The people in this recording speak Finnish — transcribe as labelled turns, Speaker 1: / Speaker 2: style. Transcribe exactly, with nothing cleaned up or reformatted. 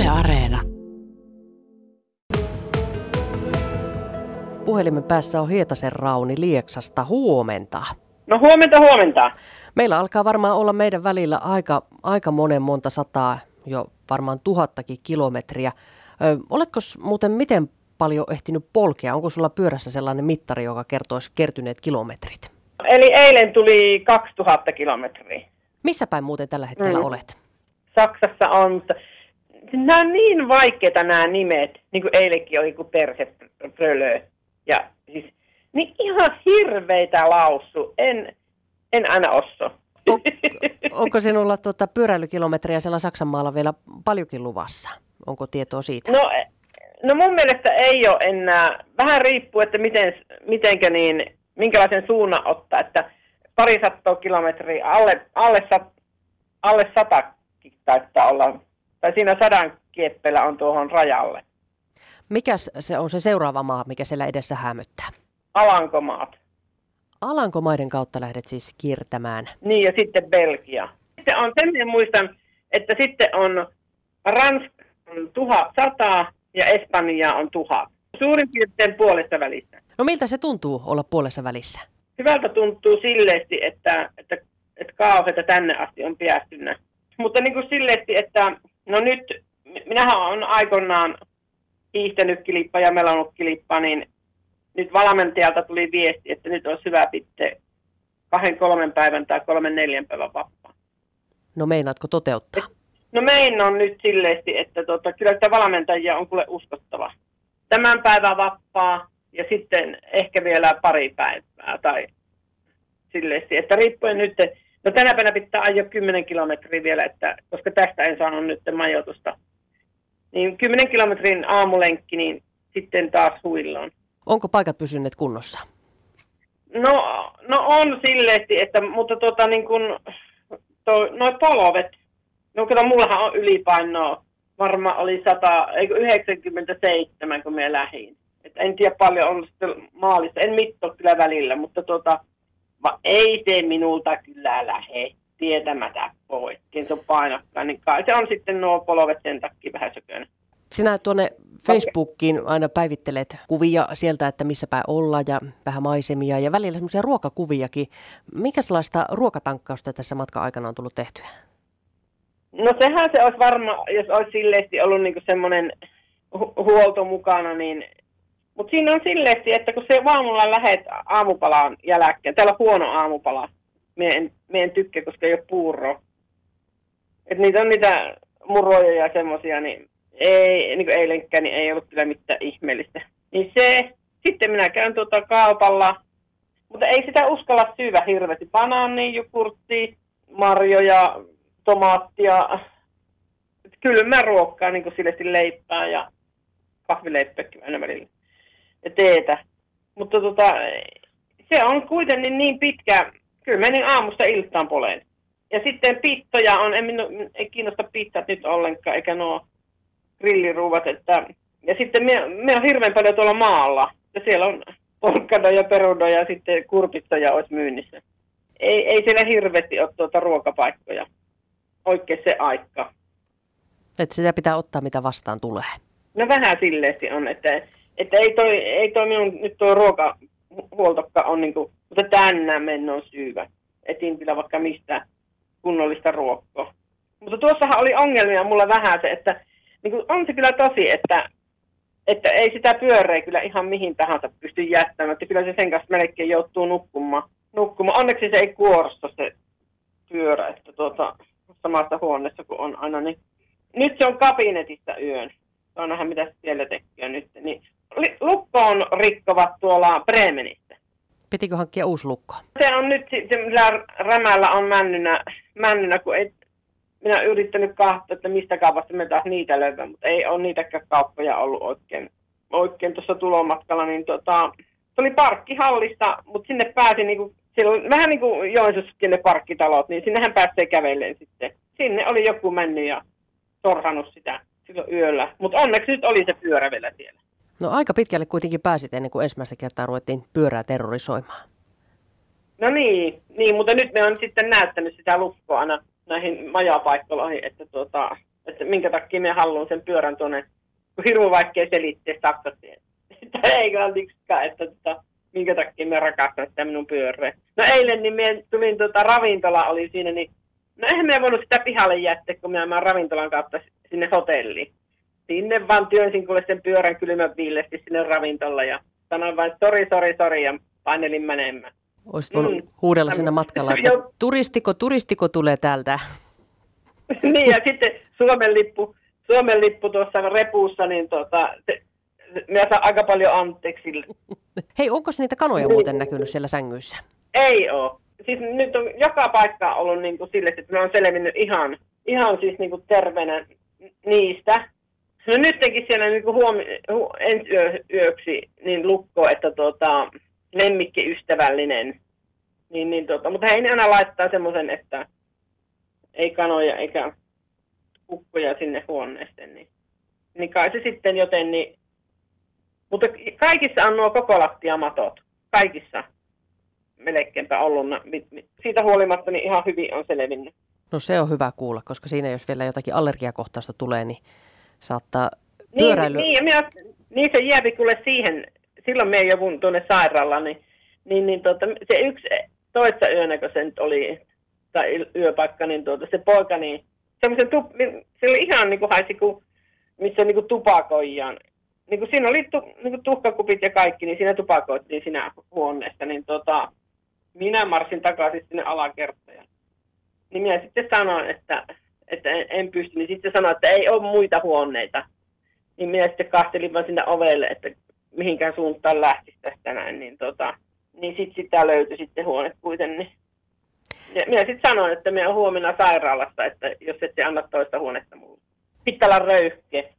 Speaker 1: Areena.
Speaker 2: Puhelimen päässä on Hietasen Rauni Lieksasta. Huomenta.
Speaker 3: No huomenta, huomenta.
Speaker 2: Meillä alkaa varmaan olla meidän välillä aika, aika monen monta sataa, jo varmaan tuhattakin kilometriä. Ö, oletko muuten miten paljon ehtinyt polkea? Onko sulla pyörässä sellainen mittari, joka kertoisi kertyneet kilometrit?
Speaker 3: Eli eilen tuli kaksituhatta kilometriä.
Speaker 2: Missä päin muuten tällä hetkellä mm. olet?
Speaker 3: Saksassa on, mutta nämä on niin vaikeita nämä nimet, niin kuin eilenkin oli kuin perseprölö. Ja siis, niin ihan hirveitä laussu. En, en aina osso.
Speaker 2: On, onko sinulla tuota pyöräilykilometriä siellä Saksanmaalla vielä paljonkin luvassa? Onko tietoa siitä?
Speaker 3: No, no mun mielestä ei ole enää. Vähän riippuu, että miten, mitenkä niin, minkälaisen suunnan ottaa. Että pari sattaa kilometriä, alle, alle, sat, alle satakin taittaa olla. Tai siinä sadan kieppeillä on tuohon rajalle.
Speaker 2: Mikäs se on se seuraava maa, mikä siellä edessä hämöttää?
Speaker 3: Alankomaat.
Speaker 2: Alankomaiden kautta lähdet siis kiertämään.
Speaker 3: Niin, ja sitten Belgia. Sitten on, sen muistan, että sitten on Ranska on tuhatsata ja Espanja on tuhat. Suurin piirtein puolessa välissä.
Speaker 2: No miltä se tuntuu olla puolessa välissä?
Speaker 3: Hyvältä tuntuu silleesti, että, että, että kaos, että tänne asti on päästynä. Mutta niin kuin silleesti, että no nyt, minähän olen aikoinaan hiihtänyt kilippaa ja melannut kilippaa, niin nyt valmentajalta tuli viesti, että nyt olisi hyvä pitää kahden, kolmen päivän tai kolmen, neljän päivän vappaa.
Speaker 2: No meinaatko toteuttaa?
Speaker 3: Et, no mein on nyt silleesti, että tota, kyllä sitä valmentajia on kuule uskottava. Tämän päivän vappaa ja sitten ehkä vielä pari päivää tai silleesti, että riippuen nyt, no tänä päivänä pitää ajaa kymmenen kilometriä vielä, että, koska tästä en saanut nyt majoitusta. Niin kymmenen kilometrin aamulenkki, niin sitten taas huillaan.
Speaker 2: Onko paikat pysyneet kunnossa?
Speaker 3: No, no on silleesti, että, mutta tota niin kuin, toi, noi polvet, no kato, mullahan on ylipainoa, varmaan oli sata, eikö yhdeksänkymmentäseitsemän, kun me lähdin. Et en tiedä paljon on sitten maalissa, en mittaa kyllä välillä, mutta tota, va, ei se minulta kyllä lähde tietämättä poikki, se on painokkaan, niin kai se on sitten nuo polvet sen takia vähän sökönä.
Speaker 2: Sinä tuonne Facebookiin aina päivittelet kuvia sieltä, että missä päin ollaan ja vähän maisemia ja välillä semmoisia ruokakuviakin. Minkälaista ruokatankkausta tässä matkan aikana on tullut tehtyä?
Speaker 3: No sehän se olisi varmaan, jos olisi silleesti ollut niinku semmoinen hu- huolto mukana, niin mutta siinä on silleesti, että kun se aamulla lähet aamupalaan jälkeen, täällä on huono aamupala, mie en, mie en tykkää, koska ei ole puuroa. Että niitä on niitä muroja ja semmosia, niin ei, niin kuin eilenkään, niin ei ollut kyllä mitään ihmeellistä. Niin se, sitten minä käyn tuota kaupalla, mutta ei sitä uskalla syyvä hirveästi. Banaani, jogurtti, marjoja, tomaattia. Kylmää ruokkaa, niin kuin silleesti leipää ja kahvileippääkin aina välillä. Ja teetä. Mutta tota, se on kuitenkin niin pitkä, kyllä menin aamusta iltaan poleen. Ja sitten pittoja on, en minu, ei kiinnosta pizzat nyt ollenkaan, eikä nuo grilliruuvat, että ja sitten me, me on hirveän paljon tuolla maalla, ja siellä on polkkadoja, perudoja ja sitten kurpitsoja olisi myynnissä. Ei, ei siellä hirveästi ole tuota ruokapaikkoja oikein se aika.
Speaker 2: Että sitä pitää ottaa, mitä vastaan tulee.
Speaker 3: No vähän silleesti on, että, että ei, toi, ei toi minun nyt tuo ruokahuoltokka on niinku, mutta tänään mennään syyvä. Etin kyllä vaikka mistä kunnollista ruokkoa. Mutta tuossahan oli ongelmia mulla vähän se, että niin on se kyllä tosi, että, että ei sitä pyöreä kyllä ihan mihin tahansa pysty jättämään. Että kyllä se sen kanssa melkein joutuu nukkumaan. nukkumaan. Onneksi se ei kuorosta se pyörä, että tuota, samassa huoneessa kuin on aina. Niin. Nyt se on kabinetissa yön. Se on nähdä mitä siellä tekee nyt. Niin, lukko on rikkovat tuolla Bremenissä.
Speaker 2: Pitikö hankkia uusi lukko?
Speaker 3: Se on nyt, se millä rämällä on männynä, männynä kun ei. Minä olen yrittänyt katsoa, että mistä kaupasta me taas niitä löyvää, mutta ei ole niitäkään kauppoja ollut oikein, oikein tuossa tulomatkalla. Niin tota, se oli parkkihallista, mutta sinne pääsi, niinku, siellä on vähän niin kuin Joensuussakin ne parkkitalot, niin sinnehän pääsee kävelemään sitten. Sinne oli joku mennyt ja sorhannut sitä silloin yöllä, mutta onneksi nyt oli se pyörä vielä siellä.
Speaker 2: No aika pitkälle kuitenkin pääsit ennen kuin ensimmäistä kertaa ruvettiin pyörää terrorisoimaan.
Speaker 3: No niin, niin, mutta nyt me on sitten näyttänyt sitä lukkoa aina näihin majapaikkoihin, että tuota, että minkä takia minä haluan sen pyörän tuonne, kun hirmu vaikea selittää saksaksi. Sitä ei kantiksikaan, että tota, minkä takia minä rakastan sitä minun pyörää. No eilen niin minä tulin, tota, ravintola oli siinä, niin no eihän minä voinut sitä pihalle jättää, kun minä menen ravintolan kautta sinne hotelliin. Sinne vaan työnsin kuule sen pyörän kylmän viilleesti sinne ravintolla ja sanoin vain sori, sori, sori ja painelin menemään.
Speaker 2: Olisit voinut mm. huudella siinä matkalla, että turistiko, turistiko tulee täältä?
Speaker 3: Niin ja sitten Suomen lippu, Suomen lippu tuossa repussa, niin tota, se, se, minä saan aika paljon anteeksi.
Speaker 2: Hei, onko niitä kanoja muuten näkynyt siellä sängyissä?
Speaker 3: Ei ole. Siis nyt on joka paikka ollut niin kuin sille, että minä olen selvinnyt ihan, ihan siis niin kuin terveenä niistä. No nytkin siellä niin kuin huomi, hu, ensi yö, yöksi niin lukko, että tota, lemmikkiystävällinen. Niin, niin, tota, mutta he aina laittaa semmoisen, että ei kanoja eikä kukkoja sinne huoneeseen. Niin, niin kai se sitten joten, niin, mutta kaikissa on nuo koko lattiamatot. Kaikissa melkeinpä ollut. Siitä huolimatta niin ihan hyvin on selvinnyt.
Speaker 2: No se on hyvä kuulla, koska siinä jos vielä jotakin allergiakohtausta tulee, niin saattaa pyöräily...
Speaker 3: Niin, niin, ja minä, niin se jääpi kuule siihen, silloin me joudun tuonne sairaalaan, niin, niin, niin tuota, se yksi toissa yönä, kun se nyt oli, tai yöpaikka, niin tuota, se poika, niin semmoisen, tup, se oli ihan niin kuin haisi, kuin, missä niin kuin tupakoijaan. Niin kuin siinä oli tu, niin kuin tuhkakupit ja kaikki, niin siinä tupakoittiin siinä huoneessa, niin tuota, minä marssin takaisin sinne alakertaan. Niin minä sitten sanoin, että, että en, en pysty, niin sitten sanoin, että ei ole muita huoneita. Niin minä sitten kastelin vaan sinne ovelle, että mihinkään suuntaan lähtisi tästä näin, niin, tota, niin sitten sitä löytyi sitten huone kuitenkin. Ja minä sitten sanoin, että minä olen huomenna sairaalassa, että jos ette anna toista huonetta mulle. Pitää olla röyhkeä.